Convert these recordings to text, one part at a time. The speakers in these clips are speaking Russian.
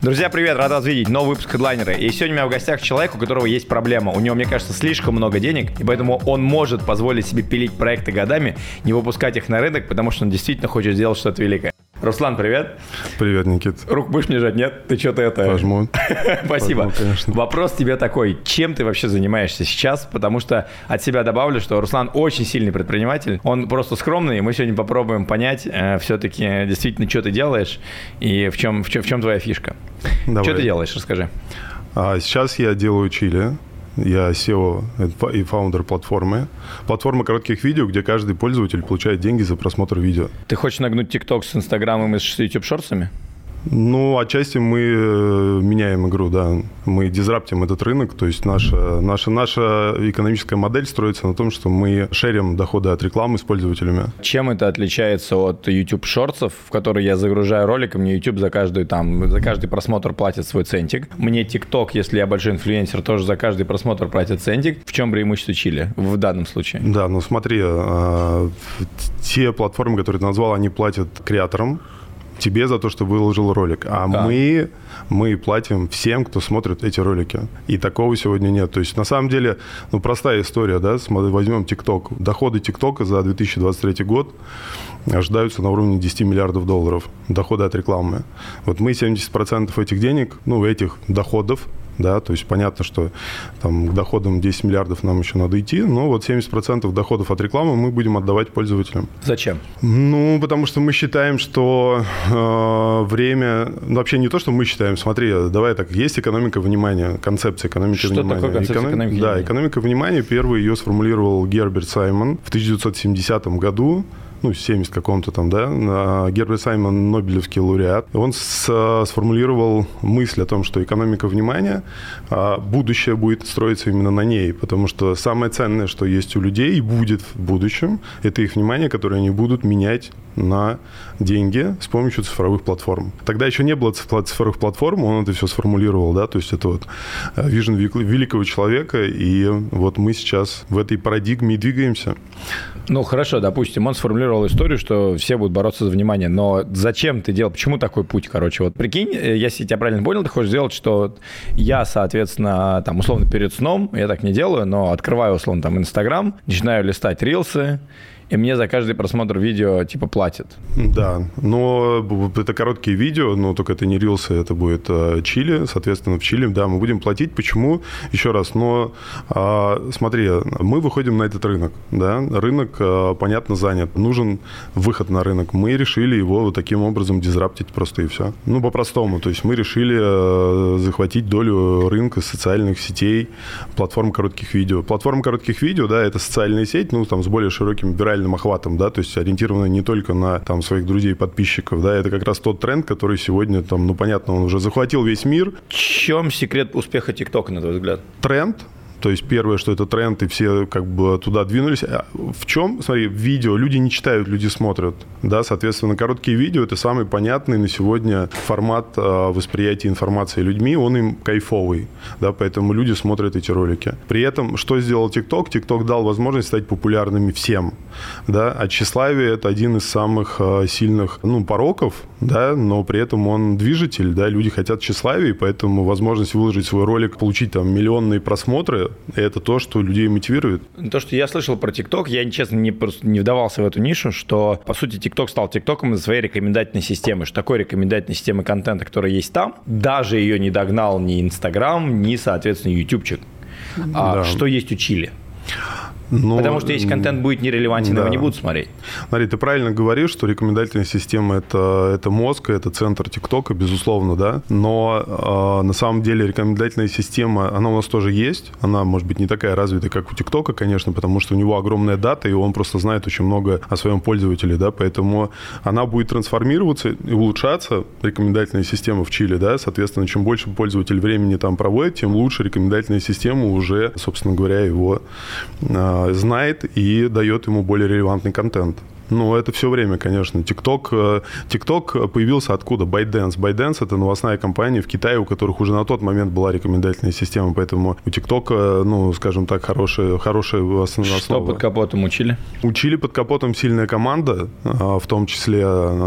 Друзья, привет, рад вас видеть. Новый выпуск Хедлайнера. И сегодня у меня в гостях человек, у которого есть проблема. У него, мне кажется, слишком много денег, и поэтому он может позволить себе пилить проекты годами, не выпускать их на рынок, потому что он действительно хочет сделать что-то великое. Руслан, привет. Привет, Никит. Руку будешь мне жать, нет? Ты что-то это... Пожму. Спасибо. Пожму, конечно. Вопрос тебе такой. Чем ты вообще занимаешься сейчас? Потому что от себя добавлю, что Руслан очень сильный предприниматель. Он просто скромный. Мы сегодня попробуем понять все-таки действительно, что ты делаешь и в чем твоя фишка. Давай. Что ты делаешь? Расскажи. Сейчас я делаю чили. Я SEO и фаундер платформы. Платформа коротких видео, где каждый пользователь получает деньги за просмотр видео. Ты хочешь нагнуть TikTok с Инстаграмом и с YouTube шортсами? Ну, отчасти мы меняем игру, да. Мы дизраптим этот рынок, то есть наша экономическая модель строится на том, что мы шерим доходы от рекламы с пользователями. Чем это отличается от YouTube шортсов, в которые я загружаю ролик, и мне YouTube за каждый просмотр платит свой центик. Мне TikTok, если я большой инфлюенсер, тоже за каждый просмотр платит центик. В чем преимущество чили в данном случае? Да, ну смотри, те платформы, которые ты назвал, они платят креаторам, тебе за то, что выложил ролик. А да. мы платим всем, кто смотрит эти ролики. И такого сегодня нет. То есть, на самом деле, простая история, да, возьмем TikTok. Доходы TikTok за 2023 год ожидаются на уровне 10 миллиардов долларов. Доходы от рекламы. Вот мы 70% этих денег, этих доходов, да, то есть понятно, что там к доходам 10 миллиардов нам еще надо идти, но вот 70% доходов от рекламы мы будем отдавать пользователям. Зачем? Потому что мы считаем, что время... вообще не то, что мы считаем, смотри, давай так, есть экономика внимания, концепция экономики внимания. Что такое концепция экономики внимания? Да, экономика внимания, первый ее сформулировал Герберт Саймон в 1970 году, 70 каком-то там, да, Герберт Саймон, Нобелевский лауреат. Он сформулировал мысль о том, что экономика внимания, будущее будет строиться именно на ней, потому что самое ценное, что есть у людей и будет в будущем, это их внимание, которое они будут менять на деньги с помощью цифровых платформ. Тогда еще не было цифровых платформ, он это все сформулировал, да, то есть это вот вижен великого человека, и вот мы сейчас в этой парадигме и двигаемся. Хорошо, допустим, он сформулировал историю, что все будут бороться за внимание, но зачем ты делал, почему такой путь, Вот прикинь, если я тебя правильно понял, ты хочешь сделать, что я, соответственно, там, условно, перед сном, я так не делаю, но открываю, условно, там, Инстаграм, начинаю листать рилсы, и мне за каждый просмотр видео, платят. Да, но это короткие видео, но только это не рилсы, это будет чили. Соответственно, в чили, да, мы будем платить. Почему? Еще раз, смотри, мы выходим на этот рынок, да, рынок, понятно, занят. Нужен выход на рынок. Мы решили его вот таким образом дизраптить просто и все. По-простому, то есть мы решили захватить долю рынка социальных сетей, платформ коротких видео. Платформа коротких видео, да, это социальная сеть, с более широким охватом, да, то есть ориентированы не только на своих друзей и подписчиков, да, это как раз тот тренд, который сегодня понятно, он уже захватил весь мир. В чем секрет успеха ТикТока, на твой взгляд? Тренд. То есть первое, что это тренд, и все туда двинулись. В чем? Смотри, видео. Люди не читают, люди смотрят. Да, соответственно, короткие видео – это самый понятный на сегодня формат восприятия информации людьми. Он им кайфовый. Да, поэтому люди смотрят эти ролики. При этом, что сделал ТикТок? ТикТок дал возможность стать популярными всем. Да? А тщеславие – это один из самых сильных пороков, да, но при этом он движитель. Да? Люди хотят тщеславия, и поэтому возможность выложить свой ролик, получить миллионные просмотры – это то, что людей мотивирует. То, что я слышал про ТикТок, я, честно, не вдавался в эту нишу, что, по сути, ТикТок стал ТикТоком из-за своей рекомендательной системы. Что такой рекомендательной системы контента, которая есть там, даже ее не догнал ни Инстаграм, ни, соответственно, Ютубчик. Да. Что есть у чили? Потому что если контент будет нерелевантен, его не будут смотреть. Смотри, ты правильно говоришь, что рекомендательная система это мозг, это центр ТикТока, безусловно, да. Но на самом деле рекомендательная система, она у нас тоже есть. Она, может быть, не такая развитая, как у ТикТока, конечно, потому что у него огромная дата, и он просто знает очень много о своем пользователе, да. Поэтому она будет трансформироваться и улучшаться, рекомендательная система в чили, да. Соответственно, чем больше пользователь времени там проводит, тем лучше рекомендательная система уже, собственно говоря, его знает и дает ему более релевантный контент. Ну, это все время, конечно. TikTok появился откуда? ByteDance. ByteDance – это новостная компания в Китае, у которых уже на тот момент была рекомендательная система, поэтому у TikTok, ну, скажем так, хорошая основа. Что под капотом учили? Учили под капотом сильная команда, в том числе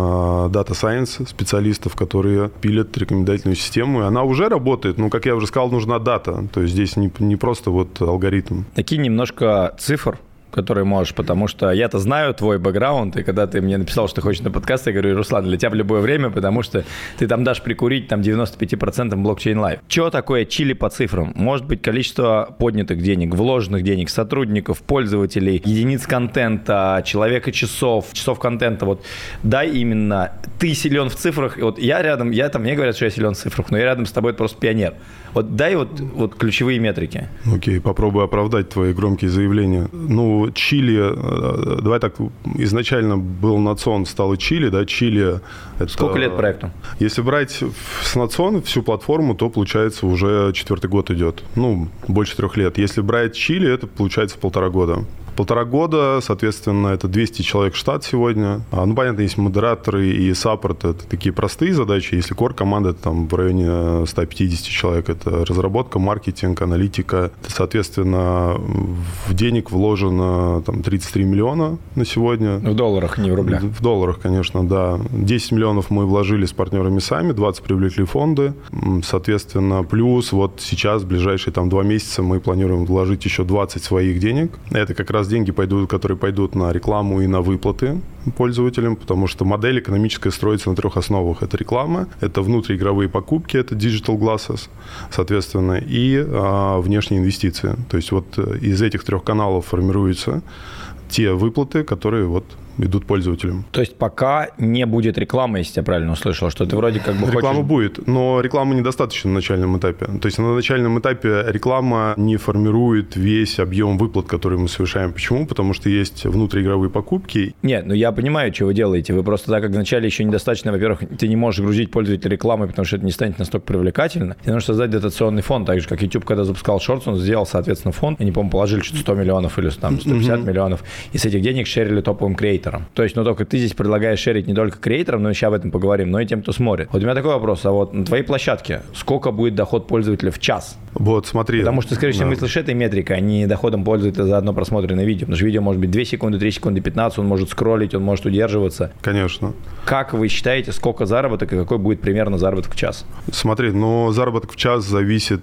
Data Science специалистов, которые пилят рекомендательную систему, и она уже работает. Ну, как я уже сказал, нужна дата, то есть здесь не просто вот алгоритм. Такие немножко цифр, которые можешь, потому что я-то знаю твой бэкграунд, и когда ты мне написал, что ты хочешь на подкаст, я говорю: Руслан, для тебя в любое время, потому что ты там дашь прикурить там 95% блокчейн лайв. Что такое чили по цифрам? Может быть количество поднятых денег, вложенных денег, сотрудников, пользователей, единиц контента, человека часов контента. Вот дай именно, ты силен в цифрах, и вот я рядом, мне говорят, что я силен в цифрах, но я рядом с тобой, это просто пионер. Вот дай вот ключевые метрики. Окей, попробую оправдать твои громкие заявления. Ну, Чили, давай так, изначально был Национ, стало Чили, да, Чили. Это, сколько лет проекту? Если брать с Национ всю платформу, то, получается, уже 4-й год идет. Ну, больше 3 лет. Если брать Чили, это, получается, 1,5 года. 1,5 года, соответственно, это 200 человек штат сегодня. Ну, понятно, есть модераторы и саппорт, это такие простые задачи. Если core-команда, это там в районе 150 человек. Это разработка, маркетинг, аналитика. Это, соответственно, в денег вложено там 33 миллиона на сегодня. В долларах, не в рублях. В долларах, конечно, да. 10 миллионов мы вложили с партнерами сами, 20 привлекли фонды. Соответственно, плюс вот сейчас, в ближайшие там 2 месяца, мы планируем вложить еще 20 своих денег. Это как раз деньги, которые пойдут на рекламу и на выплаты пользователям, потому что модель экономическая строится на 3 основах. Это реклама, это внутриигровые покупки, это digital glasses, соответственно, и внешние инвестиции. То есть вот из этих 3 каналов формируются те выплаты, которые вот идут пользователям. То есть пока не будет рекламы, если я правильно услышал, что ты вроде как бы реклама хочешь... будет, но рекламы недостаточно на начальном этапе. То есть на начальном этапе реклама не формирует весь объем выплат, которые мы совершаем. Почему? Потому что есть внутриигровые покупки. Нет, ну я понимаю, что вы делаете. Вы просто так как вначале еще недостаточно, во-первых, ты не можешь грузить пользователя рекламой, потому что это не станет настолько привлекательно. Тебе нужно создать дотационный фонд, так же, как YouTube, когда запускал Shorts, он сделал, соответственно, фонд. Они, по-моему, положили что-то 100 миллионов или там 150 миллионов, и с этих денег шерили топовым креаторам. То есть, ну, только ты здесь предлагаешь шерить не только креаторам, но еще об этом поговорим, но и тем, кто смотрит. Вот у меня такой вопрос, а вот на твоей площадке сколько будет доход пользователя в час? Вот, смотри. Потому что, скорее всего, мыслишь этой метрикой, а не доходом пользователя за одно просмотренное видео. Потому что видео может быть 2 секунды, 3 секунды, 15, он может скроллить, он может удерживаться. Конечно. Как вы считаете, сколько заработок и какой будет примерно заработок в час? Смотри, ну, заработок в час зависит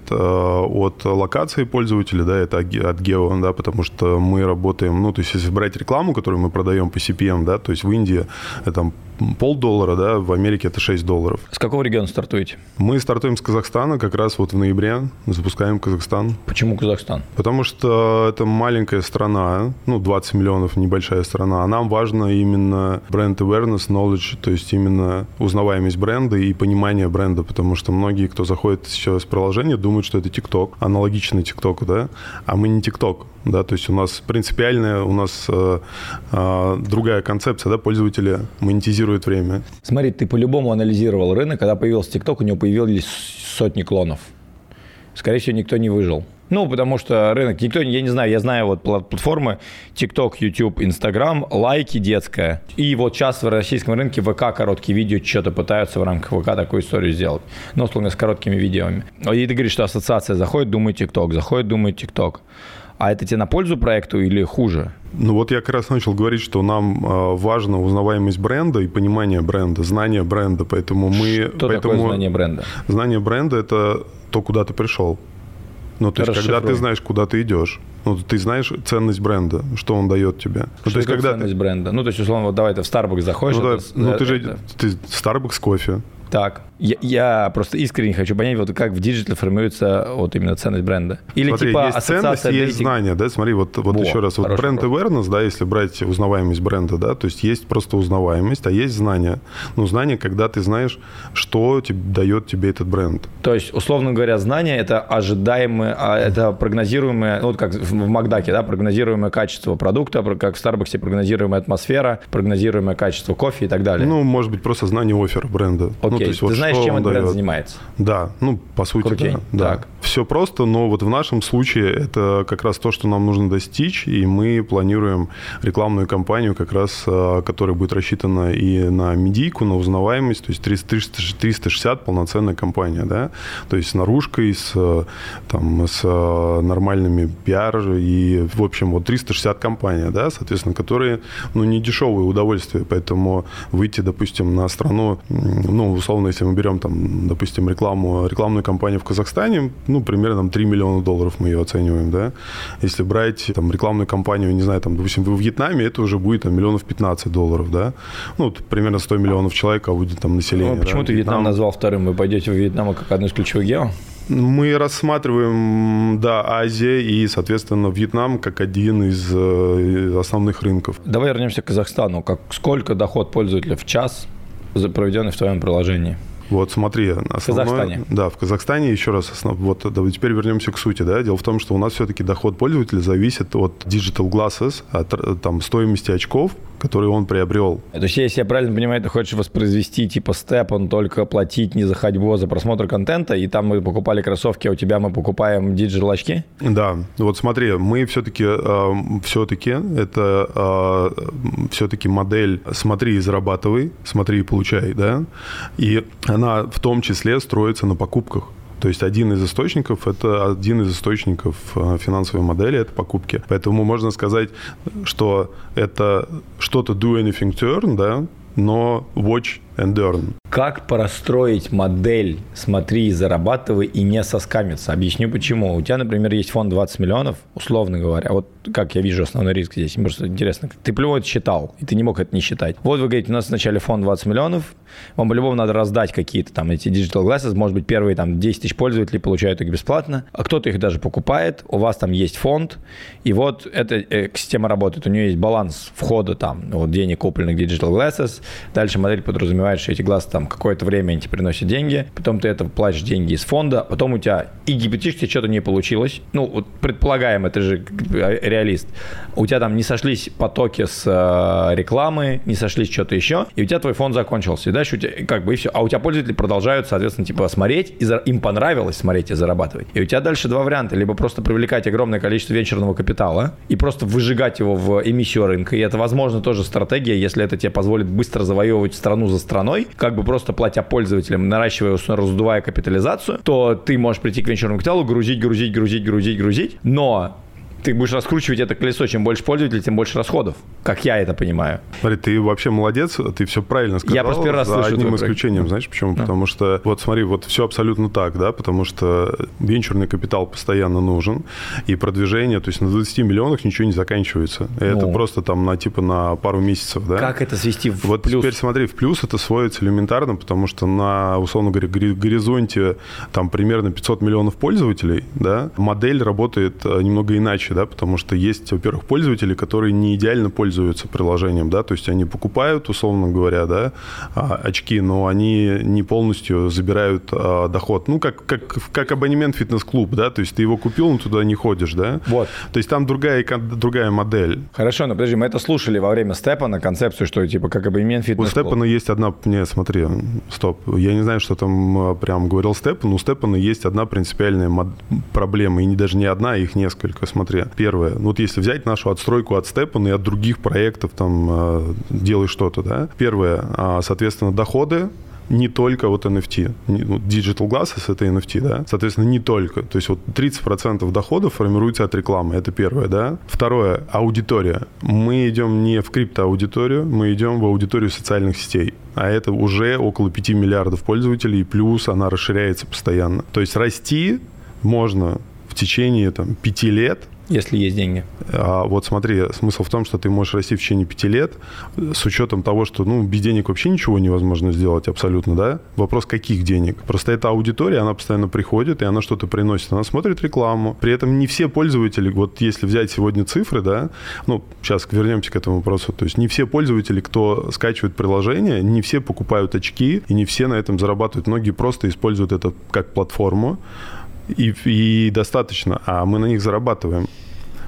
от локации пользователя, да, это от гео, да, потому что мы работаем, ну, то есть если брать рекламу, которую мы продаем по CPM, да, то есть в Индии это там $0,5, да, в Америке это $6. С какого региона стартуете? Мы стартуем с Казахстана, как раз вот в ноябре запускаем Казахстан. Почему Казахстан? Потому что это маленькая страна, ну, 20 миллионов, небольшая страна, а нам важно именно бренд awareness, knowledge, то есть именно узнаваемость бренда и понимание бренда, потому что многие, кто заходит сейчас в приложение, думают, что это TikTok, аналогичный TikTok, да, а мы не TikTok, да, то есть у нас принципиальная, у нас другая концепция, да, пользователи монетизируют время. Смотри, ты по-любому анализировал рынок, когда появился TikTok, у него появились сотни клонов. Скорее всего, никто не выжил. Ну, потому что рынок, никто, я не знаю, я знаю вот платформы TikTok, YouTube, Instagram, лайки детская. И вот сейчас в российском рынке ВК короткие видео что-то пытаются в рамках ВК такую историю сделать. Но, условно, с короткими видео. И ты говоришь, что ассоциация заходит, думает TikTok, заходит, думает TikTok. А это тебе на пользу проекту или хуже? Ну вот я как раз начал говорить, что нам важна узнаваемость бренда и понимание бренда, знание бренда, поэтому мы... Что такое знание бренда? Знание бренда – это то, куда ты пришел. Ну, то есть, когда ты знаешь, куда ты идешь, ну, ты знаешь ценность бренда, что он дает тебе. Ну, то есть, когда ценность бренда? Ну, то есть, условно, вот давай ты в Starbucks заходишь. Ты Starbucks кофе. Так, я просто искренне хочу понять, вот как в диджитале формируется вот именно ценность бренда. Или смотри, типа есть ценность, есть знание, да, смотри, вот еще раз, вот бренд awareness, да, если брать узнаваемость бренда, да, то есть есть просто узнаваемость, а есть знание. Ну, знание, когда ты знаешь, что дает тебе этот бренд. То есть, условно говоря, знание – это ожидаемое, это прогнозируемое, ну, вот как в в Макдаке, да, прогнозируемое качество продукта, как в Старбаксе прогнозируемая атмосфера, прогнозируемое качество кофе и так далее. Ну, может быть, просто знание оффера бренда. Окей, ну, то есть, ты знаешь, чем этот бренд занимается? Да, ну, по сути, Крутень. да. Все просто, но вот в нашем случае это как раз то, что нам нужно достичь, и мы планируем рекламную кампанию, как раз, которая будет рассчитана и на медийку, на узнаваемость, то есть 360 полноценная кампания, да, то есть с наружкой, с нормальными пиар, и, в общем, вот 360 компания, да, соответственно, которые, ну, не дешевые удовольствия, поэтому выйти, допустим, на страну, ну, условно, если мы берем, там, допустим, рекламную кампанию в Казахстане, ну, примерно там, $3 миллиона мы ее оцениваем, да. Если брать там рекламную кампанию, не знаю, там, допустим, во Вьетнаме, это уже будет там, $15 миллионов, да. Ну, вот, примерно 100 миллионов человек, а будет там население. Ну, почему да? ты Вьетнам назвал вторым? Вы пойдете в Вьетнам как одну из ключевых гео? Мы рассматриваем, да, Азия и, соответственно, Вьетнам как один из основных рынков. Давай вернемся к Казахстану. Сколько доход пользователя в час проведенный в твоем приложении? Вот смотри, в Казахстане. Да, в Казахстане, еще раз, вот теперь вернемся к сути, да, дело в том, что у нас все-таки доход пользователя зависит от Digital Glasses, от там, стоимости очков, которые он приобрел. То есть, если я правильно понимаю, ты хочешь воспроизвести типа STEPN, только платить не за ходьбу, а за просмотр контента, и там мы покупали кроссовки, а у тебя мы покупаем диджитал очки? Да, вот смотри, мы все-таки это все-таки модель «смотри и зарабатывай», «смотри и получай», да, и она в том числе строится на покупках. То есть один из источников финансовой модели – это покупки. Поэтому можно сказать, что это что-то do anything to earn, да, но watch and earn. Как простроить модель «смотри и зарабатывай» и не соскамиться? Объясню почему. У тебя, например, есть фонд 20 миллионов, условно говоря. Вот как я вижу основной риск здесь. Мне просто интересно. Ты по-любому это считал, и ты не мог это не считать. Вот вы говорите, у нас вначале фонд 20 миллионов, вам по-любому надо раздать какие-то там эти digital glasses, может быть, первые там 10 тысяч пользователей получают их бесплатно, а кто-то их даже покупает, у вас там есть фонд, и вот эта система работает. У нее есть баланс входа там, вот денег, купленных digital glasses, дальше модель подразумевает, что эти глазы там какое-то время они тебе приносят деньги, потом ты это платишь деньги из фонда, потом у тебя и гипотетически что-то не получилось, ну, вот предполагаем, это же реалист, у тебя там не сошлись потоки с рекламы, не сошлись что-то еще, и у тебя твой фонд закончился, и дальше у тебя как бы и все, а у тебя пользователи продолжают, соответственно, типа смотреть, им понравилось смотреть и зарабатывать, и у тебя дальше два варианта, либо просто привлекать огромное количество венчурного капитала и просто выжигать его в эмиссию рынка, и это, возможно, тоже стратегия, если это тебе позволит быстро завоевывать страну за страной, как бы просто платя пользователям, наращивая, раздувая капитализацию, то ты можешь прийти к венчурному капиталу, грузить, но ты будешь раскручивать это колесо. Чем больше пользователей, тем больше расходов. Как я это понимаю. Смотри, ты вообще молодец, ты все правильно сказал. Я просто первый раз слышу. За одним исключением, проект. Знаешь почему? Потому что, вот смотри, вот все абсолютно так, да, потому что венчурный капитал постоянно нужен, и продвижение, то есть на 20 миллионах ничего не заканчивается. Это просто там на пару месяцев, да. Как это свести в вот плюс? Теперь смотри, в плюс это сводится элементарно, потому что на, условно говоря, горизонте там примерно 500 миллионов пользователей, да, модель работает немного иначе, да, потому что есть, во-первых, пользователи, которые не идеально пользуются приложением, да, то есть они покупают, условно говоря, да, очки, но они не полностью забирают доход. Ну, как абонемент в фитнес-клуб, да, то есть ты его купил, но туда не ходишь, да. Вот. То есть там другая модель. Хорошо, но подожди, мы это слушали во время STEPN, концепцию, что типа как абонемент в фитнес-клуб. У STEPN есть одна, смотри, стоп, я не знаю, что там прям говорил STEPN, у STEPN есть одна принципиальная проблема, и даже не одна, а их несколько, смотри. Первое, вот если взять нашу отстройку от STEPN и от других проектов, там, делай что-то, да. Первое, соответственно, доходы, не только вот NFT. Digital Glasses – это NFT, да? Соответственно, не только. То есть вот 30% доходов формируется от рекламы. Это первое, да? Второе – аудитория. Мы идем не в криптоаудиторию, мы идем в аудиторию социальных сетей. А это уже около 5 миллиардов пользователей, плюс она расширяется постоянно. То есть расти можно в течение 5 лет. Если есть деньги. Вот смотри, смысл в том, что ты можешь расти в течение 5 лет с учетом того, что без денег вообще ничего невозможно сделать абсолютно, да? Вопрос, каких денег? Просто эта аудитория, она постоянно приходит, и она что-то приносит. Она смотрит рекламу. При этом не все пользователи, вот если взять сегодня цифры, да, сейчас вернемся к этому вопросу, то есть не все пользователи, кто скачивает приложение, не все покупают очки, и не все на этом зарабатывают. Многие просто используют это как платформу, и достаточно, а мы на них зарабатываем.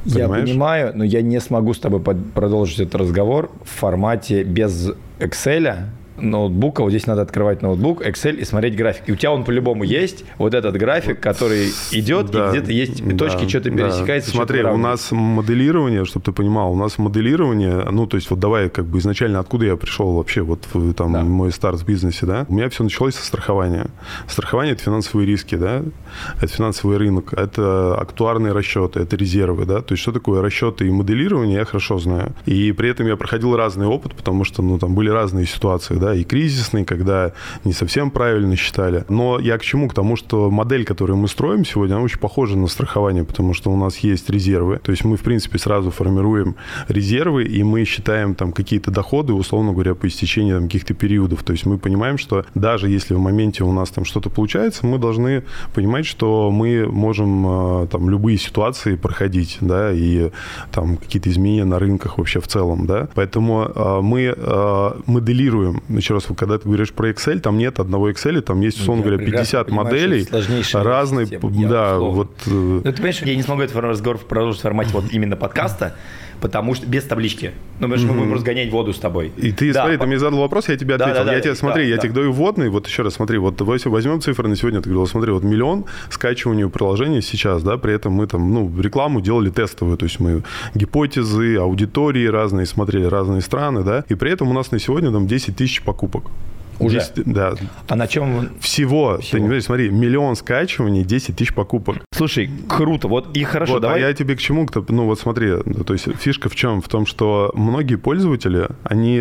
Я понимаю, но я не смогу с тобой продолжить этот разговор в формате без Excel, ноутбука. Вот здесь надо открывать ноутбук, Excel и смотреть график. И у тебя он по-любому есть, вот этот график, который идет, и где-то есть точки, что-то пересекается. Смотри, у нас моделирование, чтобы ты понимал, у нас моделирование, то есть вот давай как бы изначально, откуда я пришел вообще, вот там мой старт в бизнесе, да, у меня все началось со страхования. Страхование – это финансовые риски, да, это финансовый рынок, это актуарные расчеты, это резервы, да, то есть что такое расчеты и моделирование, я хорошо знаю. И при этом я проходил разный опыт, потому что, там были разные ситуации, да, и кризисный, когда не совсем правильно считали. Но я к чему? К тому, что модель, которую мы строим сегодня, она очень похожа на страхование, потому что у нас есть резервы. То есть мы, в принципе, сразу формируем резервы, и мы считаем там какие-то доходы, условно говоря, по истечении там каких-то периодов. То есть мы понимаем, что даже если в моменте у нас там что-то получается, мы должны понимать, что мы можем там любые ситуации проходить, да, и там какие-то изменения на рынках вообще в целом, да. Поэтому мы моделируем. Еще раз, когда ты говоришь про Excel, там нет одного Excel, там есть, условно говоря, 50 моделей разные. Да, вот. Ты понимаешь, я не смогу этот разговор продолжить в формате вот именно подкаста, потому что без таблички. Потому что мы будем разгонять воду с тобой. И ты, смотри, ты мне задал вопрос, я тебе ответил. Я тебе даю вводный, вот еще раз, смотри, вот возьмем цифры на сегодня, ты говорил, смотри, вот 1 миллион скачиванию приложения сейчас, да, при этом мы там, рекламу делали тестовую, то есть мы гипотезы, аудитории разные, смотрели разные страны, да, и при этом у нас на сегодня там 10 тысяч покупок. Уже? 10, да. А на чем? Всего. Ты не говоришь, смотри, 1 миллион скачиваний, 10 тысяч покупок. Слушай, круто. Вот и хорошо, вот, давай. А я тебе к чему-то, вот смотри, то есть фишка в чем? В том, что многие пользователи, они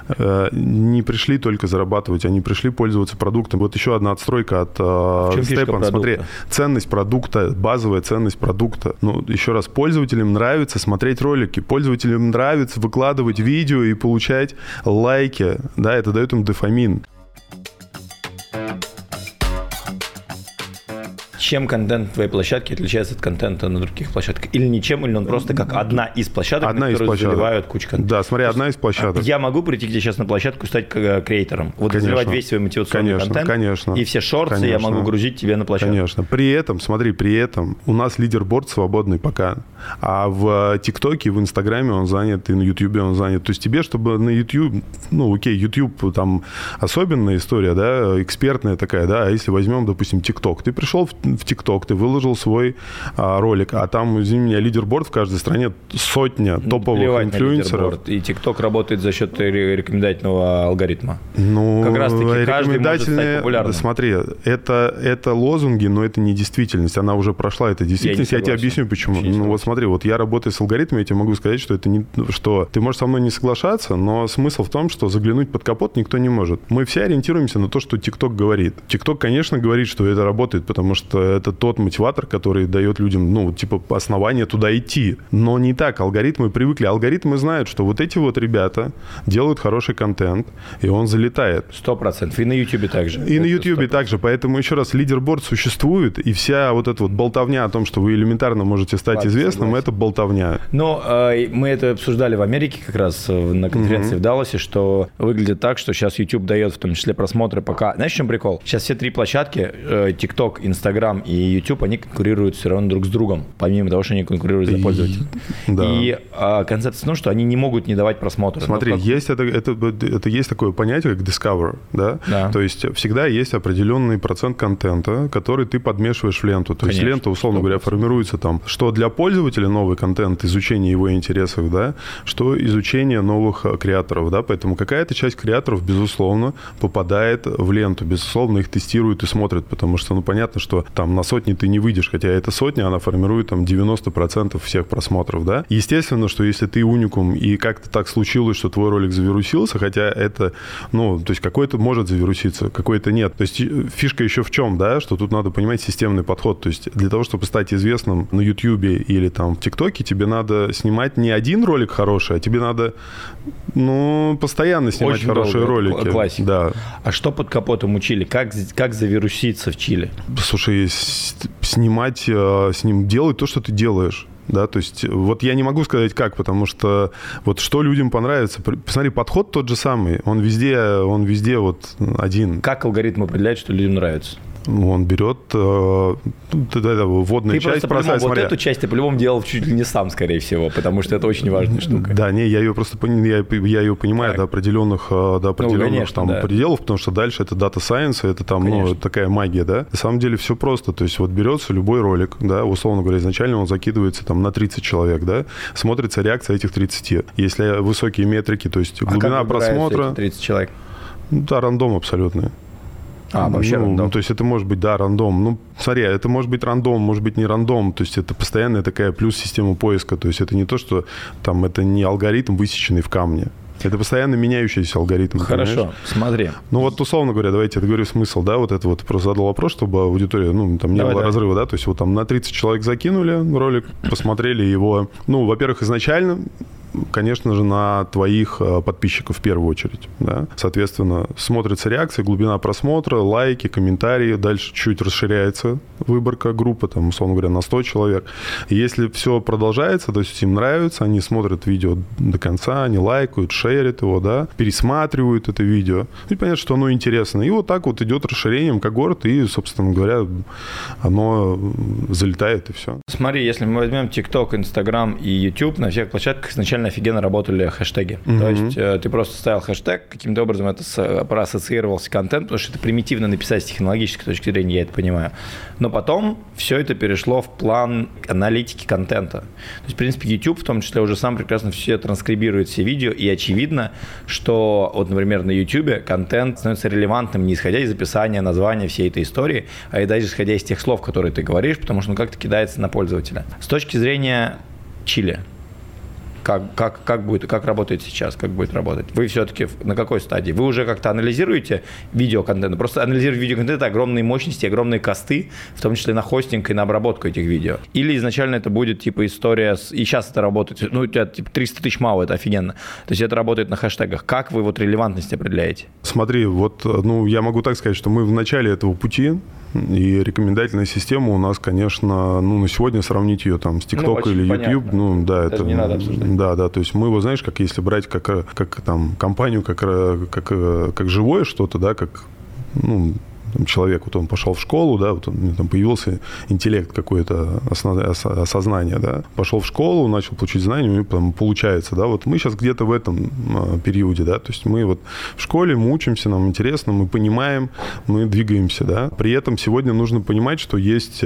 не пришли только зарабатывать, они пришли пользоваться продуктом. Вот еще одна отстройка от Степан. Смотри, ценность продукта, базовая ценность продукта. Еще раз, пользователям нравится смотреть ролики, пользователям нравится выкладывать видео и получать лайки, да, это дает им дофамин. Чем контент твоей площадки отличается от контента на других площадках? Или ничем, или он просто как одна из площадок, на которые заливают кучу контента? Да, смотри, одна из площадок. Я могу прийти к тебе сейчас на площадку и стать креатором? Вот заливать весь свой мотивационный контент? И все шорты я могу грузить тебе на площадку? Конечно. При этом, смотри, у нас лидерборд свободный пока. А в ТикТоке, в Инстаграме он занят, и на Ютьюбе он занят. То есть тебе, чтобы на Ютьюб, Ютьюб там особенная история, да, экспертная такая, да, а если возьмем, допустим, ТикТок, ты пришел в ТикТок, ты выложил свой ролик, а там, извини меня, лидерборд в каждой стране сотня топовых инфлюенсеров. И ТикТок работает за счет рекомендательного алгоритма. Как раз таки каждый может стать популярным. Смотри, это лозунги, но это не действительность. Она уже прошла, это действительность. Я тебе объясню, почему. Вот смотри, вот я работаю с алгоритмами, я тебе могу сказать, что это не... что ты можешь со мной не соглашаться, но смысл в том, что заглянуть под капот никто не может. Мы все ориентируемся на то, что ТикТок говорит. ТикТок, конечно, говорит, что это работает, потому что это тот мотиватор, который дает людям, основания туда идти. Но не так. Алгоритмы привыкли. Алгоритмы знают, что вот эти вот ребята делают хороший контент, и он залетает. 100%. И на Ютубе также. И на Ютубе также. Поэтому, еще раз, лидерборд существует, и вся вот эта вот болтовня о том, что вы элементарно можете стать известным, это болтовня. Но мы это обсуждали в Америке как раз на конференции в Далласе, что выглядит так, что сейчас YouTube дает в том числе просмотры пока. Знаешь, в чем прикол? Сейчас все три площадки, TikTok, Instagram и YouTube, они конкурируют все равно друг с другом, помимо того, что они конкурируют за пользователя. Да. И концепция в том, что они не могут не давать просмотра. Смотри, есть есть такое понятие, как discover, да? То есть всегда есть определенный процент контента, который ты подмешиваешь в ленту. То есть лента, условно говоря, формируется там, что для пользователя новый контент, изучение его интересов, да, что изучение новых креаторов, да, поэтому какая-то часть креаторов, безусловно, попадает в ленту, безусловно, их тестируют и смотрят, потому что, понятно, что там на сотни ты не выйдешь, хотя эта сотня, она формирует там 90% всех просмотров, да. Естественно, что если ты уникум, и как-то так случилось, что твой ролик завирусился, хотя это, то есть какой-то может завируситься, какой-то нет. То есть фишка еще в чем, да, что тут надо понимать системный подход. То есть для того, чтобы стать известным на Ютьюбе или там в ТикТоке, тебе надо снимать не один ролик хороший, а тебе надо, постоянно снимать очень хорошие ролики. Классика. Да. А что под капотом учили? Как завируситься в Чили? Слушай, снимать, с ним делать то, что ты делаешь. Да, то есть вот я не могу сказать как, потому что вот что людям понравится. Посмотри, подход тот же самый, он везде вот один. Как алгоритм определяет, что людям нравится? Он берет вводную часть. Ты просто вот эту часть ты по-любому делал чуть ли не сам, скорее всего, потому что это очень важная штука. Да, не, я ее просто я ее понимаю до определенных конечно, там пределов, потому что дальше это Data Science, это там такая магия, да. На самом деле все просто, то есть вот берется любой ролик, да, условно говоря, изначально он закидывается там на 30 человек, да, смотрится реакция этих 30. Если высокие метрики, то есть глубина просмотра... 30 человек? Да, рандом абсолютный. Вообще рандом. То есть это может быть, да, рандом. Ну, смотри, это может быть рандом, может быть не рандом. То есть это постоянная такая плюс-система поиска. То есть это не то, что там это не алгоритм, высеченный в камне. Это постоянно меняющийся алгоритм. Хорошо, понимаешь? Смотри. Ну вот условно говоря, давайте я говорю смысл, да, вот это вот просто задал вопрос, чтобы аудитория, там не было разрыва, да, то есть вот там на 30 человек закинули ролик, посмотрели его, во-первых, изначально, конечно же, на твоих подписчиков в первую очередь, да. Соответственно, смотрится реакция, глубина просмотра, лайки, комментарии, дальше чуть расширяется выборка группы, там, условно говоря, на 100 человек. И если все продолжается, то есть им нравится, они смотрят видео до конца, они лайкают, шерят его, да, пересматривают это видео. И понятно, что оно интересно. И вот так вот идет расширением когорт, и, собственно говоря, оно залетает, и все. Смотри, если мы возьмем TikTok, Instagram и YouTube, на всех площадках изначально офигенно работали хэштеги. То есть ты просто ставил хэштег, каким-то образом это проассоциировался контент, потому что это примитивно написать с технологической точки зрения, я это понимаю. Но потом все это перешло в план аналитики контента. То есть, в принципе, YouTube в том числе уже сам прекрасно все транскрибирует, все видео, и очевидно, что вот, например, на YouTube контент становится релевантным не исходя из описания, названия всей этой истории, а и даже исходя из тех слов, которые ты говоришь, потому что он как-то кидается на пользователя. С точки зрения чили, как работает сейчас, как будет работать? Вы все-таки на какой стадии? Вы уже как-то анализируете видеоконтент? Просто анализировать видеоконтент – это огромные мощности, огромные косты, в том числе на хостинг и на обработку этих видео. Или изначально это будет типа история, и сейчас это работает, у тебя типа 300 тысяч МАУ, это офигенно. То есть это работает на хэштегах. Как вы вот релевантность определяете? Смотри, я могу так сказать, что мы в начале этого пути, и рекомендательная система у нас, конечно, на сегодня сравнить ее там с TikTok или YouTube, понятно. Это не надо обсуждать. Да, то есть мы его, знаешь, как если брать как там компанию, как живое что-то, да, как, человек, вот он пошел в школу, да, вот там появился интеллект какой-то, осознание, да, пошел в школу, начал получить знания, у него там получается, да, вот мы сейчас где-то в этом периоде, да, то есть мы вот в школе, мы учимся, нам интересно, мы понимаем, мы двигаемся, да, при этом сегодня нужно понимать, что есть,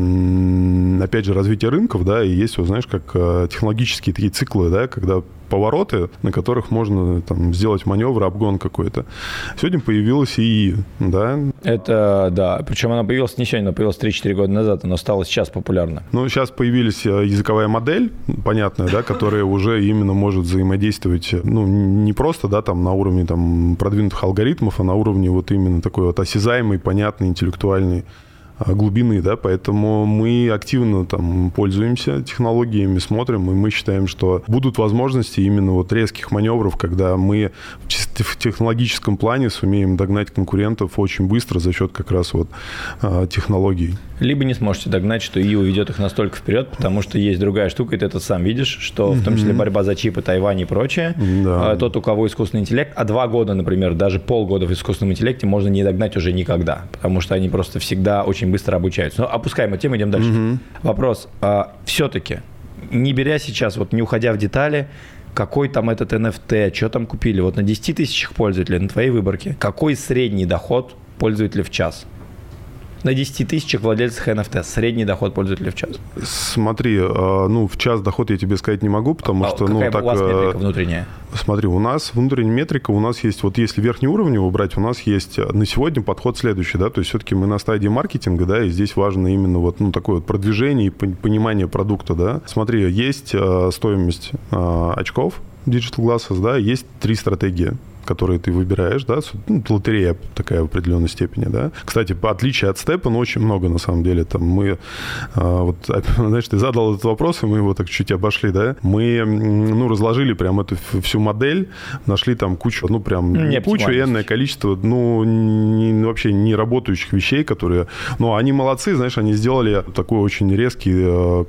опять же, развитие рынков, да, и есть, вот, знаешь, как технологические такие циклы, да, когда повороты, на которых можно там сделать маневр, обгон какой-то. Сегодня появилась ИИ, да. Это, да, причем она появилась не сегодня, она появилась 3-4 года назад, она стала сейчас популярна. Сейчас появилась языковая модель, понятная, да, которая уже именно может взаимодействовать, не просто, да, там на уровне там продвинутых алгоритмов, а на уровне вот именно такой вот осязаемой, понятной, интеллектуальной глубины, да, поэтому мы активно там пользуемся технологиями, смотрим, и мы считаем, что будут возможности именно вот резких маневров, когда мы в технологическом плане сумеем догнать конкурентов очень быстро за счет как раз вот технологий. Либо не сможете догнать, что ИИ уведет их настолько вперед, потому что есть другая штука, и ты это сам видишь, что в том числе борьба за чипы, Тайвань и прочее, тот, у кого искусственный интеллект, 2 года, например, даже полгода в искусственном интеллекте можно не догнать уже никогда, потому что они просто всегда очень быстро обучаются. Но опускаем эту тему, идем дальше. Вопрос. Все-таки, не беря сейчас, вот не уходя в детали, какой там этот NFT, что там купили, вот на 10 тысячах пользователей, на твоей выборке, какой средний доход пользователя в час? На 10 тысячах владельцев NFT средний доход пользователя в час. Смотри, в час доход я тебе сказать не могу, потому что... Какая у вас метрика внутренняя? Смотри, у нас внутренняя метрика, у нас есть, вот если верхнеуровневую брать, у нас есть на сегодня подход следующий, да, то есть все-таки мы на стадии маркетинга, да, и здесь важно именно вот, такое вот продвижение и понимание продукта, да. Смотри, есть стоимость очков Digital Glasses, да, есть 3 стратегии, которые ты выбираешь, да, лотерея такая в определенной степени, да. Кстати, по отличие от степа, очень много, на самом деле, там мы, знаешь, ты задал этот вопрос, и мы его так чуть обошли, да, мы, разложили прям эту всю модель, нашли там кучу, кучу, энное количество, вообще не работающих вещей, которые, они молодцы, знаешь, они сделали такой очень резкий,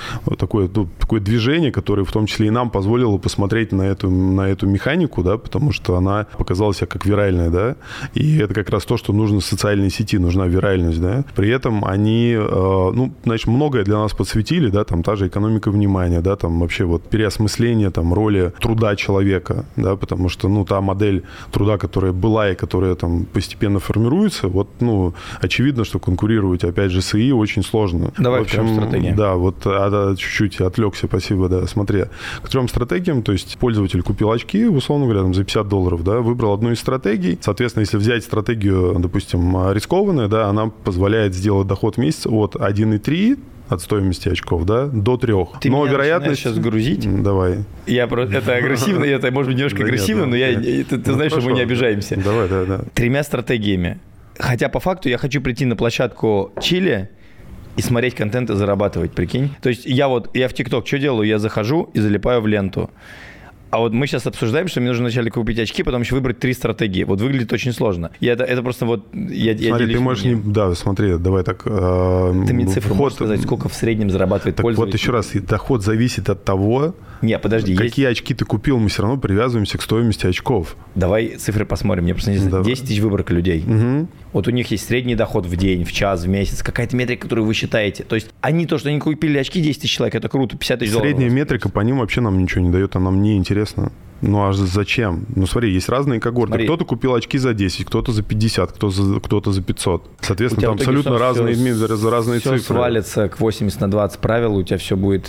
такое движение, которое в том числе и нам позволило посмотреть на эту механику, да, потому что она показала себя как виральная, да, и это как раз то, что нужно в социальной сети, нужна виральность, да. При этом они, значит, многое для нас подсветили, да, там та же экономика внимания, да, там вообще вот переосмысление там роли труда человека, да, потому что, та модель труда, которая была и которая там постепенно формируется, вот, очевидно, что конкурировать, опять же, с ИИ очень сложно. Давай к трем стратегиям. Да, вот чуть-чуть отвлекся, спасибо, да, смотри. К трем стратегиям, то есть пользователь купил очки, условно говоря, там, за $50, да, выбрал одну из стратегий. Соответственно, если взять стратегию, допустим, рискованную, да, она позволяет сделать доход в месяц от 1,3 от стоимости очков, да, до 3. Ты но меня вероятность сейчас грузить. Давай. Это агрессивно, это может быть немножко агрессивно, но ты знаешь, что мы не обижаемся. Давай, да. 3 стратегиями. Хотя по факту я хочу прийти на площадку Чили и смотреть контент и зарабатывать, прикинь. То есть я в ТикТок что делаю? Я захожу и залипаю в ленту. А вот мы сейчас обсуждаем, что мне нужно вначале купить очки, потом еще выбрать 3 стратегии. Вот выглядит очень сложно. Это просто вот... Смотри, ты можешь не... Да, смотри, давай так... Ты мне цифру можешь сказать, сколько в среднем зарабатывает так пользователь? Вот еще раз, доход зависит от того... Не, подожди. Какие очки ты купил, мы все равно привязываемся к стоимости очков. Давай цифры посмотрим. Мне просто интересно. 10 тысяч выборка людей. Угу. Вот у них есть средний доход в день, в час, в месяц. Какая-то метрика, которую вы считаете. То есть что они купили очки 10 тысяч человек, это круто. 50 тысяч долларов. Средняя метрика по ним вообще нам ничего не дает, а нам не интересно. Ну а зачем? Смотри, есть разные когорты. Смотри. Кто-то купил очки за 10, кто-то за 50, кто-то за 500. Соответственно, там абсолютно разные цифры. Все свалится к 80/20 правилу, у тебя все будет...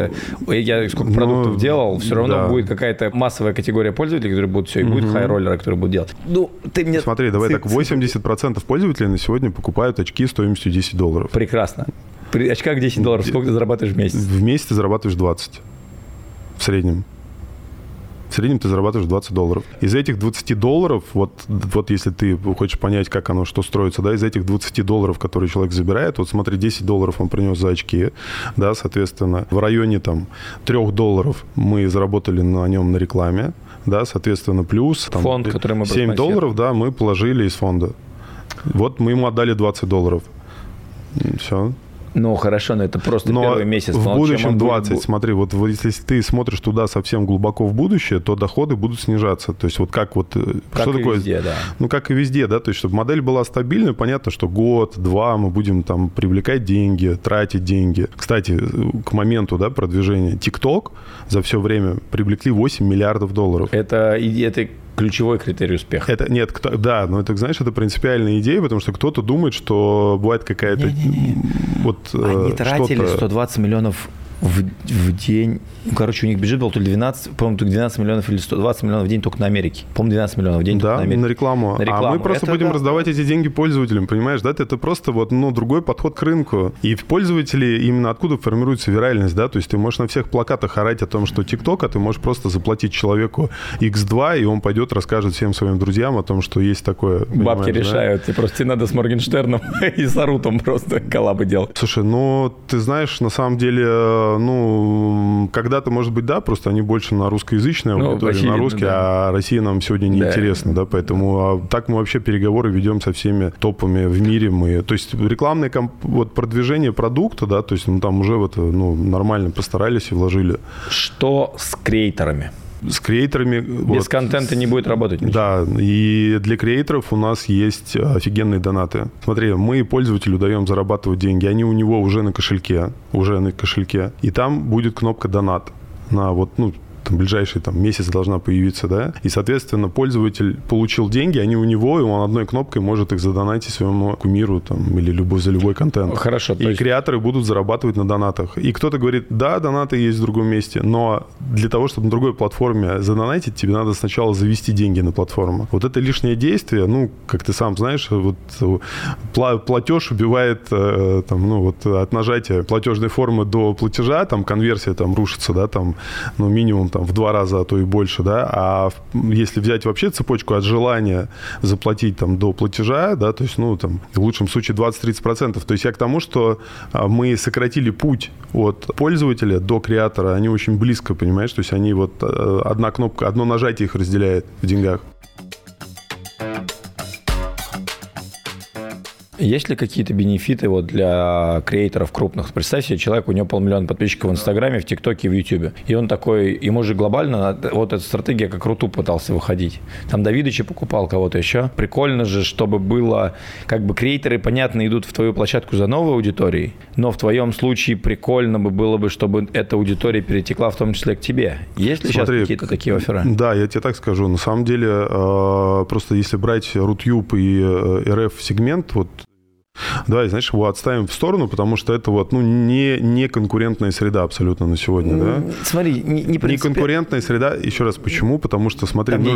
Я сколько продуктов делал, все равно будет какая-то массовая категория пользователей, которые будут все, и будет хай-роллеры, которые будут делать. Ты мне... Смотри, давай так, 80% пользователей на сегодня покупают очки стоимостью $10. Прекрасно. При очках $10, сколько ты зарабатываешь в месяц? В месяц ты зарабатываешь 20. В среднем. В среднем ты зарабатываешь $20. Из этих $20, вот если ты хочешь понять, как оно, что строится, да, из этих $20, которые человек забирает, вот смотри, $10 он принес за очки, да, соответственно, в районе там $3 мы заработали на нем на рекламе, да, соответственно, плюс там, фонд, который мы $7, да, мы положили из фонда. Вот мы ему отдали $20. Все. Ну, хорошо, но это просто первый месяц. В будущем 20. Смотри, вот если ты смотришь туда совсем глубоко в будущее, то доходы будут снижаться. То есть вот как что такое? Везде, да. Ну, как и везде, да. То есть чтобы модель была стабильной, понятно, что год-два мы будем там привлекать деньги, тратить деньги. Кстати, к моменту, да, продвижения TikTok за все время привлекли $8 миллиардов. Это ключевой критерий успеха. Но это, знаешь, это принципиальная идея, потому что кто-то думает, что бывает какая-то... Они тратили 120 миллионов в день. У них бюджет был то ли 12, по-моему, только 12 миллионов или 120 миллионов в день только на Америке. По-моему, 12 миллионов в день только на Америке. На рекламу. А мы просто будем раздавать эти деньги пользователям, понимаешь, да? Это просто другой подход к рынку. И в пользователи именно откуда формируется виральность, да? То есть ты можешь на всех плакатах орать о том, что TikTok, а ты можешь просто заплатить человеку X2, и он пойдет, расскажет всем своим друзьям о том, что есть такое. Бабки решают. Да? Тебе надо с Моргенштерном и с Арутом просто коллабы делать. Слушай, ты знаешь, на самом деле... когда-то, может быть, да, просто они больше на русскоязычной аудитории, на русский, да. А Россия нам сегодня не интересна, да, поэтому так мы вообще переговоры ведем со всеми топами в мире. То есть рекламное продвижение продукта, да, то есть там уже нормально постарались и вложили. Что с креаторами? С креаторами... Без контента не будет работать ничего. Да, и для креаторов у нас есть офигенные донаты. Смотри, мы пользователю даем зарабатывать деньги, они у него уже на кошельке. И там будет кнопка «Донат». На ближайший ближайший месяц должна появиться, да, и, соответственно, пользователь получил деньги, они у него, и он одной кнопкой может их задонатить своему кумиру или за любой контент. Хорошо. И креаторы будут зарабатывать на донатах. И кто-то говорит, да, донаты есть в другом месте, но для того, чтобы на другой платформе задонатить, тебе надо сначала завести деньги на платформу. Вот это лишнее действие, как ты сам знаешь, платеж убивает от нажатия платежной формы до платежа, конверсия рушится, да, минимум в 2 раза, а то и больше, да, а если взять вообще цепочку от желания заплатить до платежа, да, то есть, в лучшем случае 20-30%, то есть я к тому, что мы сократили путь от пользователя до креатора, они очень близко, понимаешь, то есть они одна кнопка, одно нажатие их разделяет в деньгах. Есть ли какие-то бенефиты вот для креаторов крупных? Представь себе, человек, у него 500 000 подписчиков в Инстаграме, в ТикТоке, в Ютубе. И он такой, ему же глобально вот эта стратегия как Рутуб пытался выходить. Там Давидыча покупал, кого-то еще. Прикольно же, чтобы было, как бы креаторы, понятно, идут в твою площадку за новой аудиторией, но в твоем случае прикольно было бы, чтобы эта аудитория перетекла в том числе к тебе. Есть ли сейчас какие-то такие офферы? Да, я тебе так скажу. На самом деле, просто если брать Рутюб и РФ-сегмент, вот, давай, знаешь, его отставим в сторону, потому что это вот, не конкурентная среда абсолютно на сегодня, да? Смотри, не конкурентная среда, еще раз, почему? Потому что, смотри, на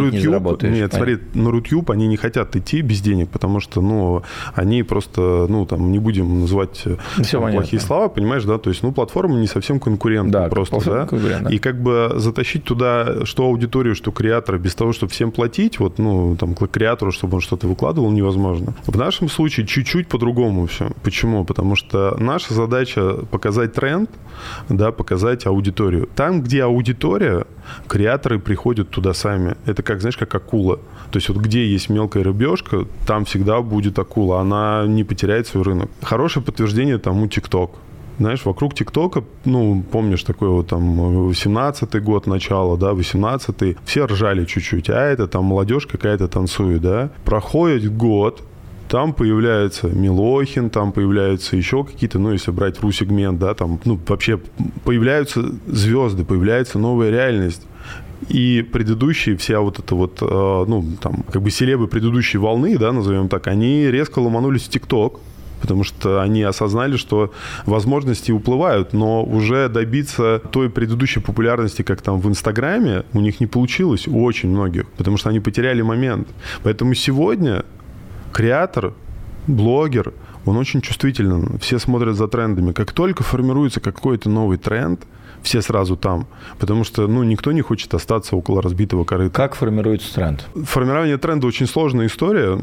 Рутюб они не хотят идти без денег, потому что, они просто, там, не будем называть плохие слова, понимаешь, да? То есть, платформа не совсем конкурентная, да, просто, да? И как бы затащить туда что аудиторию, что креатора, без того, чтобы всем платить, вот, там, креатору, чтобы он что-то выкладывал, невозможно. В нашем случае чуть-чуть по-другому все. Почему? Потому что наша задача показать тренд, да, показать аудиторию. Там, где аудитория, креаторы приходят туда сами. Это как, знаешь, как акула. То есть вот где есть мелкая рыбешка, там всегда будет акула. Она не потеряет свой рынок. Хорошее подтверждение тому ТикТок. Знаешь, вокруг ТикТока, помнишь, такой вот там 18-й год, начало, да, 18-й, все ржали чуть-чуть, а это там молодежь какая-то танцует, да. Проходит год, там появляется Милохин, там появляются еще какие-то, если брать ру-сегмент, да, там, вообще появляются звезды, появляется новая реальность. И предыдущие, вся вот эта вот, там, как бы селебы предыдущей волны, да, назовем так, они резко ломанулись в ТикТок, потому что они осознали, что возможности уплывают, но уже добиться той предыдущей популярности, как там в Инстаграме, у них не получилось, у очень многих, потому что они потеряли момент. Поэтому сегодня креатор, блогер, он очень чувствителен, все смотрят за трендами. Как только формируется какой-то новый тренд, все сразу там, потому что, никто не хочет остаться около разбитого корыта. Как формируется тренд? Формирование тренда очень сложная история,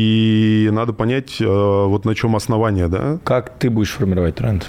и надо понять, вот на чем основание, да? Как ты будешь формировать тренд?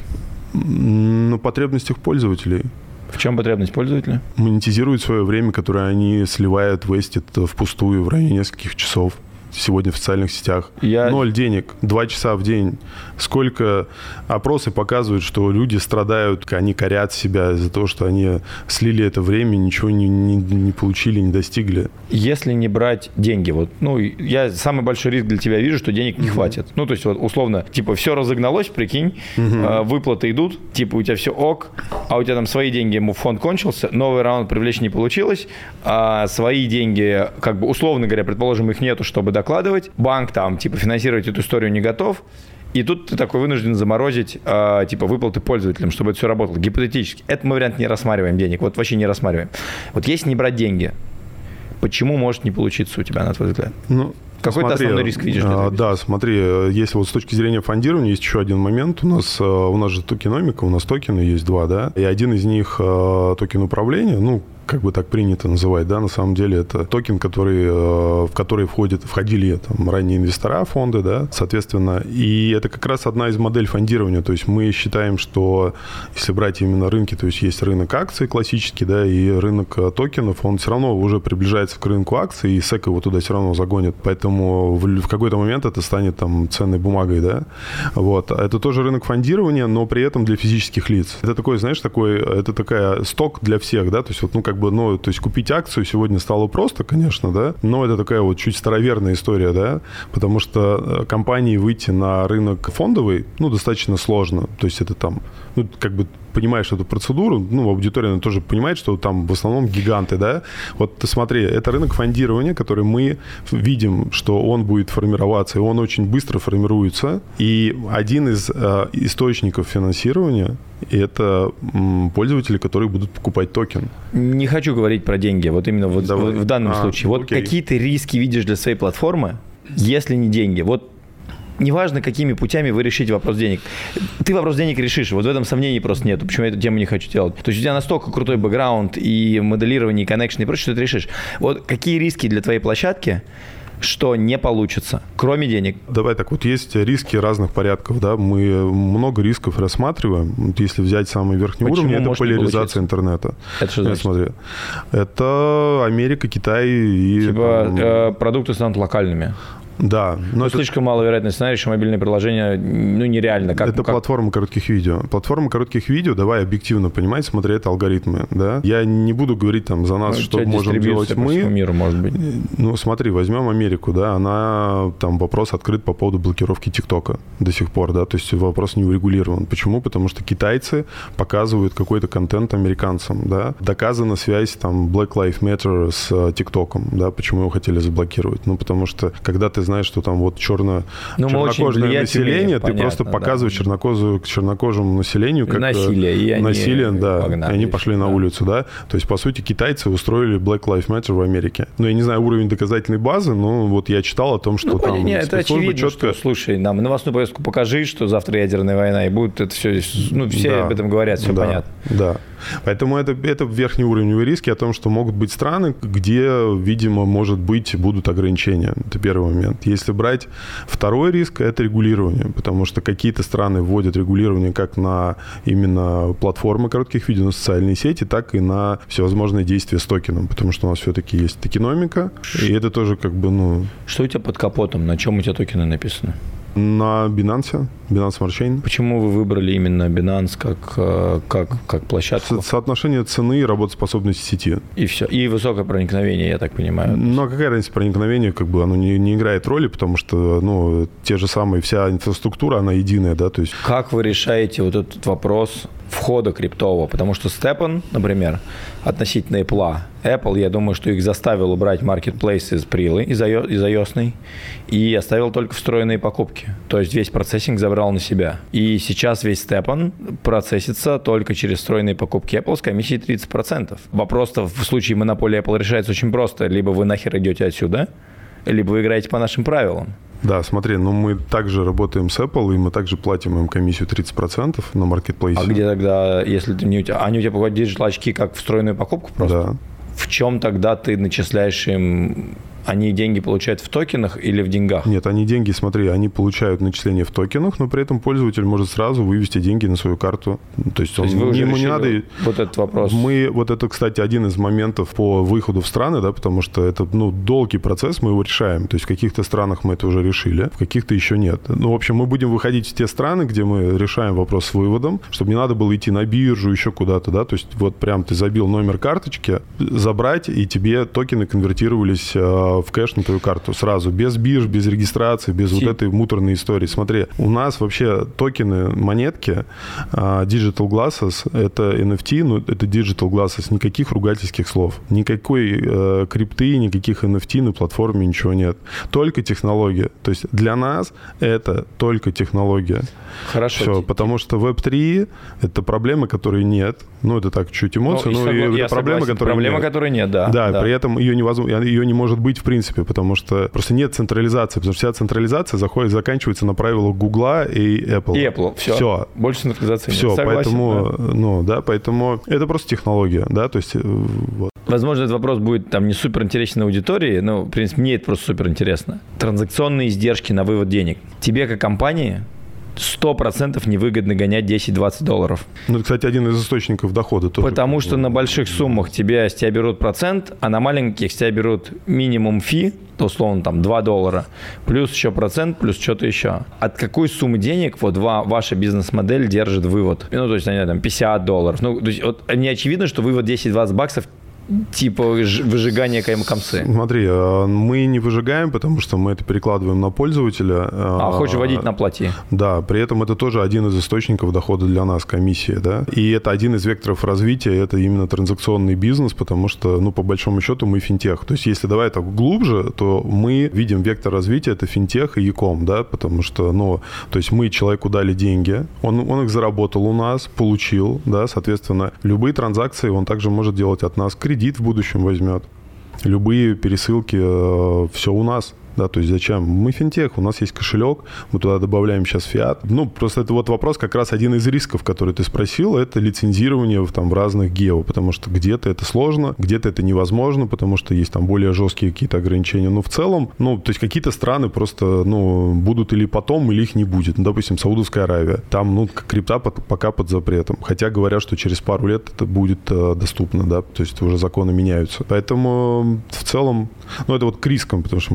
На потребностях пользователей. В чем потребность пользователя? Монетизируют свое время, которое они сливают, вестят впустую в районе нескольких часов. Сегодня в социальных сетях. 0 денег, 2 часа в день. Сколько опросы показывают, что люди страдают, они корят себя из-за того, что они слили это время, ничего не получили, не достигли. Если не брать деньги, я самый большой риск для тебя вижу, что денег не хватит. То есть, условно, все разогналось, прикинь, выплаты идут, у тебя все ок, а у тебя там свои деньги, фонд кончился, новый раунд привлечь не получилось, а свои деньги, условно говоря, предположим, их нету, чтобы докладывать, банк там, финансировать эту историю не готов, и тут ты такой вынужден заморозить, выплаты пользователям, чтобы это все работало. Гипотетически. Это мы вариант не рассматриваем денег, вообще не рассматриваем. Если не брать деньги, почему может не получиться у тебя, на твой взгляд? Какой ты основной риск видишь? Да, смотри, если с точки зрения фондирования есть еще один момент. У нас же токеномика, у нас токены есть 2, да, и один из них токен управления, как бы так принято называть, да, на самом деле это токен, в который входили там ранние инвестора, фонды, да, соответственно, и это как раз одна из моделей фондирования, то есть мы считаем, что если брать именно рынки, то есть есть рынок акций классический, да, и рынок токенов, он все равно уже приближается к рынку акций, и SEC его туда все равно загонит, поэтому в какой-то момент это станет там ценной бумагой, да, вот, это тоже рынок фондирования, но при этом для физических лиц. Это такой, знаешь, это такая сток для всех, да, то есть то есть купить акцию сегодня стало просто, конечно, да, но это такая вот чуть староверная история, да, потому что компании выйти на рынок фондовый, достаточно сложно, то есть это там, понимаешь эту процедуру, аудитория тоже понимает, что там в основном гиганты, да, вот ты смотри, это рынок фондирования, который мы видим, что он будет формироваться, и он очень быстро формируется, и один из источников финансирования – это пользователи, которые будут покупать токен. Не хочу говорить про деньги, именно в данном случае. Какие ты риски видишь для своей платформы, если не деньги? Неважно, какими путями вы решите вопрос денег. Ты вопрос денег решишь. В этом сомнений просто нет. Почему я эту тему не хочу делать? То есть у тебя настолько крутой бэкграунд и моделирование, и коннекшн, и прочее, что ты решишь. Какие риски для твоей площадки, что не получится, кроме денег? Давай так, есть риски разных порядков, да, мы много рисков рассматриваем. Если взять самый верхний уровень, это поляризация интернета. Это что значит? Смотри, это Америка, Китай и... Продукты станут локальными. Да. Но слишком маловероятный сценарий, что мобильное приложение, нереально. Это платформа коротких видео. Платформа коротких видео, давай объективно понимать, смотри, это алгоритмы, да. Я не буду говорить там за нас, что можем делать мы. По всему миру, может быть. Смотри, возьмем Америку, да, она, там вопрос открыт по поводу блокировки ТикТока до сих пор, да, то есть вопрос не урегулирован. Почему? Потому что китайцы показывают какой-то контент американцам, да. Доказана связь там Black Lives Matter с ТикТоком, да, почему его хотели заблокировать? Потому что, когда ты знаешь, что там вот чернокожее население, ты просто показываешь чернокожему населению как насилие, да, и они пошли на улицу, да. То есть, по сути, китайцы устроили Black Lives Matter в Америке. Я не знаю уровень доказательной базы, но вот я читал о том, что там... Нет, это очевидно, четко... что, слушай, нам новостную повестку покажи, что завтра ядерная война, и будет это все... все об этом говорят, все понятно. Да. Поэтому это верхний уровень риски о том, что могут быть страны, где, видимо, может быть, будут ограничения. Это первый момент. Если брать второй риск, это регулирование, потому что какие-то страны вводят регулирование как на именно платформы коротких видео, на социальные сети, так и на всевозможные действия с токеном, потому что у нас все-таки есть токеномика, и это тоже как бы, Что у тебя под капотом? На чем у тебя токены написаны? На Binance Smart Chain. Почему вы выбрали именно Binance как площадку? Соотношение цены и работоспособности сети. И все. И высокое проникновение, я так понимаю. А какая разница проникновения? Как бы оно не играет роли, потому что, те же самые, вся инфраструктура, она единая, да, то есть... Как вы решаете вот этот вопрос входа криптового? Потому что Степан, например, относительно Apple, я думаю, что их заставил убрать маркетплейс из Прилы, из iOS, и оставил только встроенные покупки. То есть весь процессинг забрал на себя. И сейчас весь Степан процессится только через встроенные покупки Apple с комиссией 30%. Вопрос-то в случае монополии Apple решается очень просто. Либо вы нахер идете отсюда, либо вы играете по нашим правилам. Да, смотри, мы также работаем с Apple, и мы также платим им комиссию 30% на маркетплейсе. А где тогда, если ты не у тебя... Они у тебя покупают диджитал-очки как встроенную покупку просто? Да. В чем тогда ты начисляешь им... Они деньги получают в токенах или в деньгах? Нет, они деньги, смотри, они получают начисления в токенах, но при этом пользователь может сразу вывести деньги на свою карту. То есть вы уже решили не надо... вот этот вопрос? Вот это, кстати, один из моментов по выходу в страны, да, потому что это, долгий процесс, мы его решаем. То есть в каких-то странах мы это уже решили, в каких-то еще нет. В общем, мы будем выходить в те страны, где мы решаем вопрос с выводом, чтобы не надо было идти на биржу, еще куда-то, да, то есть вот прям ты забил номер карточки, забрать, и тебе токены конвертировались в кэш на твою карту сразу, без бирж, без регистрации, без вот этой муторной истории. Смотри, у нас вообще токены, монетки, Digital Glasses, это NFT, это Digital Glasses, никаких ругательских слов, никакой крипты, никаких NFT на платформе, ничего нет. Только технология. То есть для нас это только технология. Хорошо. Все, потому что Web3 — это проблемы, которые нет. Это так, чуть эмоции, но это проблема, которой нет, да. Да, при этом ее не может быть в принципе, потому что просто нет централизации, потому что вся централизация заканчивается на правилах Гугла и Apple. И Apple, все. Больше централизации нет. Все, поэтому это просто технология, да, то есть вот. Возможно, этот вопрос будет не супер интересен аудитории, но, в принципе, мне это просто супер интересно. Транзакционные издержки на вывод денег. Тебе, как компании, 100% невыгодно гонять $10-20. Это, кстати, один из источников дохода тоже. Потому что на больших суммах с тебя берут процент, а на маленьких с тебя берут минимум фи, условно $2, плюс еще процент, плюс что-то еще. От какой суммы денег ваша бизнес-модель держит вывод? То есть, $50. То есть, не очевидно, что вывод $10-20 типа выжигание комсы. Смотри, мы не выжигаем, потому что мы это перекладываем на пользователя. Хочешь вводить на плати. Да, при этом это тоже один из источников дохода для нас, комиссия, да. И это один из векторов развития, это именно транзакционный бизнес, потому что, по большому счету, мы финтех. То есть, если давай так глубже, то мы видим вектор развития, это финтех и e-com, да, потому что, то есть мы человеку дали деньги, он их заработал у нас, получил, да, соответственно, любые транзакции он также может делать от нас, кредит в будущем возьмет. Любые пересылки, все у нас. Да, то есть зачем? Мы финтех, у нас есть кошелек, мы туда добавляем сейчас фиат. Просто это вопрос, как раз один из рисков, который ты спросил, это лицензирование в разных гео, потому что где-то это сложно, где-то это невозможно, потому что есть более жесткие какие-то ограничения. Но в целом, то есть какие-то страны просто, будут или потом, или их не будет. Допустим, Саудовская Аравия. Там, крипта пока под запретом. Хотя говорят, что через пару лет это будет доступно, да, то есть уже законы меняются. Поэтому в целом, это к рискам, потому что мы эту тему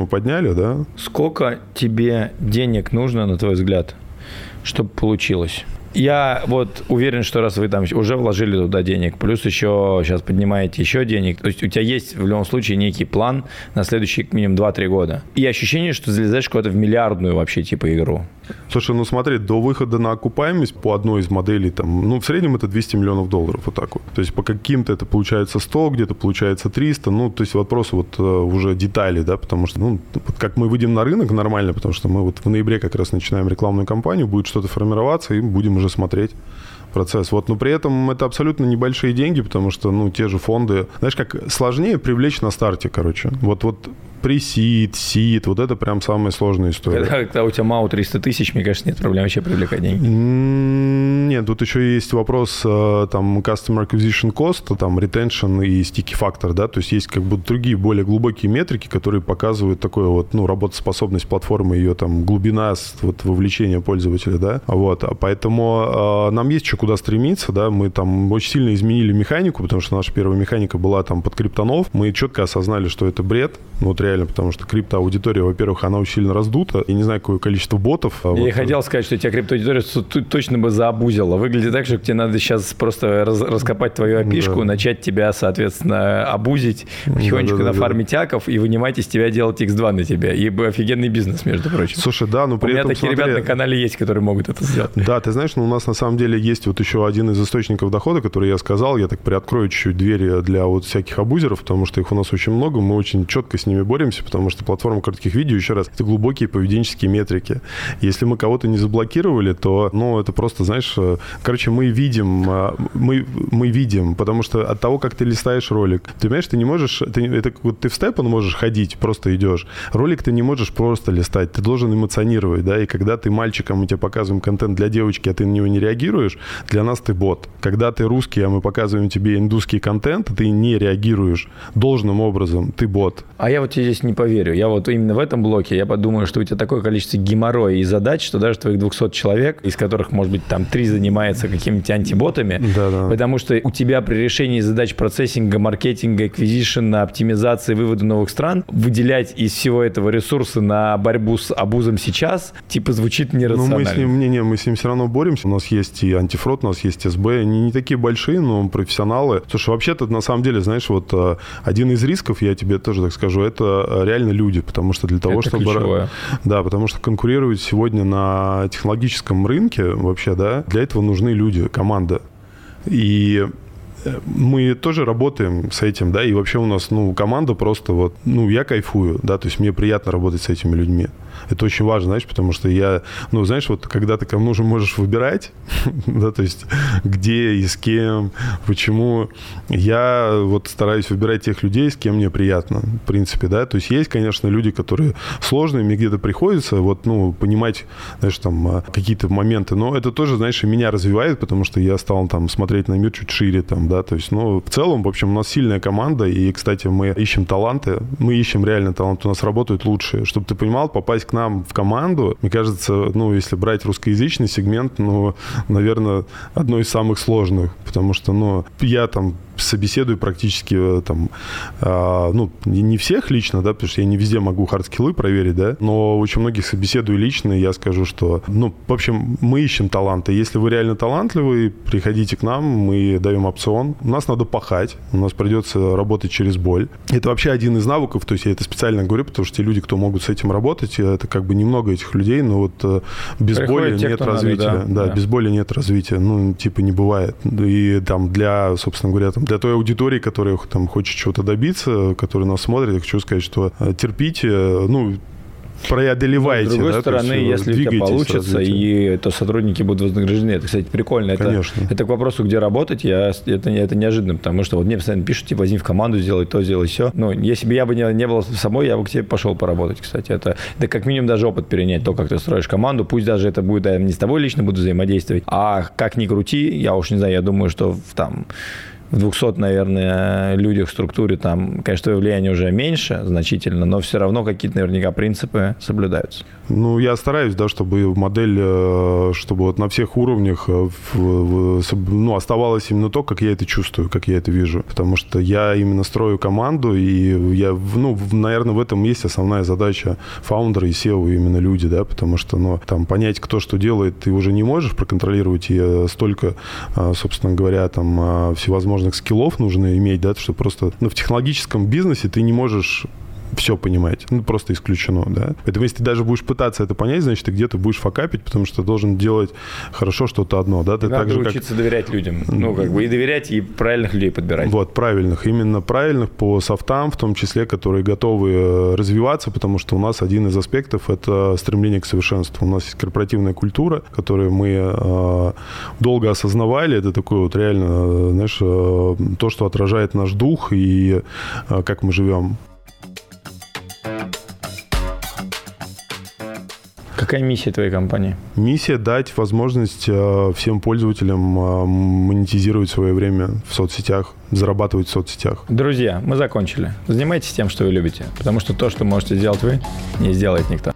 тему подняли, да. Сколько тебе денег нужно, на твой взгляд, чтобы получилось? Я вот уверен, что раз вы там уже вложили туда денег, плюс еще сейчас поднимаете еще денег, то есть у тебя есть в любом случае некий план на следующие минимум 2-3 года. И ощущение, что залезаешь куда-то в миллиардную вообще типа игру. Слушай, ну смотри, до выхода на окупаемость по одной из моделей, там, ну в среднем это $200 миллионов, вот так вот. То есть по каким-то это получается 100, где-то получается 300, ну то есть вопрос вот уже деталей, да, потому что, ну, как мы выйдем на рынок нормально, потому что мы вот в ноябре как раз начинаем рекламную кампанию, будет что-то формироваться, и будем уже смотреть процесс. Вот, но при этом это абсолютно небольшие деньги, потому что, ну, те же фонды, знаешь, как сложнее привлечь на старте, короче. Вот пресид, сид, вот это прям самая сложная история. Когда у тебя МАУ 300 тысяч, мне кажется, нет проблем вообще привлекать деньги. Нет, тут еще есть вопрос там Customer Acquisition Cost, там Retention и Sticky Factor, да, то есть есть как бы другие более глубокие метрики, которые показывают такое вот, ну, работоспособность платформы, ее там глубина, вот, вовлечения пользователя, да, вот, поэтому нам есть еще куда стремиться, да, мы там очень сильно изменили механику, потому что наша первая механика была там под криптонов, мы четко осознали, что это бред, вот реально, потому что криптоаудитория, во-первых, она очень сильно раздута, я не знаю, какое количество ботов. Я вот, хотел сказать, что тебя криптоаудитория точно бы заобузила. Выглядит так, что тебе надо сейчас просто раскопать твою опишку, да. Начать тебя, соответственно, обузить, потихонечку нафармить аков и вынимать из тебя, делать X2 на тебя. И офигенный бизнес, между прочим. Слушай, да, но при этом... У меня такие ребята на канале есть, которые могут это сделать. Да, ты знаешь, ну, у нас на самом деле есть вот еще один из источников дохода, который я сказал, я так приоткрою чуть-чуть двери для вот всяких абузеров, потому что их у нас очень много, мы очень четко с ними боремся, потому что платформа коротких видео, еще раз, это глубокие поведенческие метрики. Если мы кого-то не заблокировали, то, ну, это просто, знаешь, короче, мы видим, потому что от того, как ты листаешь ролик, ты понимаешь, ты не можешь, ты в степан можешь ходить, просто идешь. Ролик ты не можешь просто листать, ты должен эмоционировать, да, и когда ты мальчикам, мы тебе показываем контент для девочки, а ты на него не реагируешь, для нас ты бот. Когда ты русский, а мы показываем тебе индусский контент, ты не реагируешь должным образом, ты бот. А я вот тебе здесь не поверю. Я вот именно в этом блоке, я подумаю, что у тебя такое количество геморроя и задач, что даже твоих 200 человек, из которых, может быть, там 3 занимается какими-то антиботами, да. Потому что у тебя при решении задач процессинга, маркетинга, acquisition, оптимизации, вывода новых стран, выделять из всего этого ресурсы на борьбу с абузом сейчас, типа, звучит нерационально. Ну, мы с ним все равно боремся. У нас есть и антифрод, у нас есть СБ. Они не такие большие, но профессионалы. Слушай, вообще-то, на самом деле, знаешь, вот один из рисков, я тебе тоже так скажу, это реально люди, потому что для того, чтобы... Ключевое. Да, потому что конкурировать сегодня на технологическом рынке вообще, да, для этого нужны люди, команда. И мы тоже работаем с этим, да, и вообще у нас, ну, команда просто вот, ну, я кайфую, да, то есть мне приятно работать с этими людьми. Это очень важно, знаешь, потому что я, ну, знаешь, вот когда ты кому же можешь выбирать, да, то есть где и с кем, почему, я вот стараюсь выбирать тех людей, с кем мне приятно, в принципе, да, то есть есть, конечно, люди, которые сложные, мне где-то приходится, вот, ну, понимать, знаешь, там, какие-то моменты, но это тоже, знаешь, и меня развивает, потому что я стал там смотреть на мир чуть шире, там, да, то есть, ну, в целом, в общем, у нас сильная команда, и, кстати, мы ищем таланты, мы ищем реально таланты, у нас работают лучшие, чтобы ты понимал, попасть к нам в команду, мне кажется, ну, если брать русскоязычный сегмент, ну, наверное, одно из самых сложных, потому что, ну, я там собеседую практически там, ну, не всех лично, да, потому что я не везде могу хардскиллы проверить, да, но очень многих собеседую лично, и я скажу, что, ну, в общем, мы ищем таланты. Если вы реально талантливый, приходите к нам, мы даем опцион. У нас надо пахать, у нас придется работать через боль. Это вообще один из навыков, то есть я это специально говорю, потому что те люди, кто могут с этим работать, это как бы немного этих людей, но вот без боли нет развития. Да, без боли нет развития, ну, типа не бывает. И там для, собственно говоря, там, для той аудитории, которая там хочет чего-то добиться, которая нас смотрит, я хочу сказать, что терпите, ну, преодолевайте. С другой стороны, если у тебя получится, и то сотрудники будут вознаграждены, это, кстати, прикольно. Конечно. Это к вопросу, где работать, это неожиданно, потому что вот мне постоянно пишут, типа, возьми в команду, сделай то, сделай все. Ну, если бы я бы не был самой, я бы к тебе пошел поработать, кстати. Это как минимум даже опыт перенять, то, как ты строишь команду, пусть даже это будет, я не с тобой лично буду взаимодействовать, а как ни крути, я уж не знаю, я думаю, что там... в 200, наверное, людях в структуре, там, конечно, твое влияние уже меньше значительно, но все равно какие-то наверняка принципы соблюдаются. Ну, я стараюсь, да, чтобы модель, чтобы вот на всех уровнях оставалось именно то, как я это чувствую, как я это вижу. Потому что я именно строю команду, и я, наверное, в этом есть основная задача фаундера и SEO, именно люди, да, потому что, там, понять, кто что делает, ты уже не можешь проконтролировать, и столько, собственно говоря, там, всевозможных скиллов нужно иметь, да, что просто, в технологическом бизнесе ты не можешь все понимать. Просто исключено, да. Поэтому если ты даже будешь пытаться это понять, значит, ты где-то будешь факапить, потому что ты должен делать хорошо что-то одно, да. Ты надо учиться доверять людям. И доверять, и правильных людей подбирать. Вот, правильных. Именно правильных по софтам, в том числе, которые готовы развиваться, потому что у нас один из аспектов – это стремление к совершенству. У нас есть корпоративная культура, которую мы долго осознавали. Это такое вот реально, знаешь, то, что отражает наш дух и как мы живем. Какая миссия твоей компании? Миссия – дать возможность всем пользователям монетизировать свое время в соцсетях, зарабатывать в соцсетях. Друзья, мы закончили. Занимайтесь тем, что вы любите, потому что то, что можете сделать вы, не сделает никто.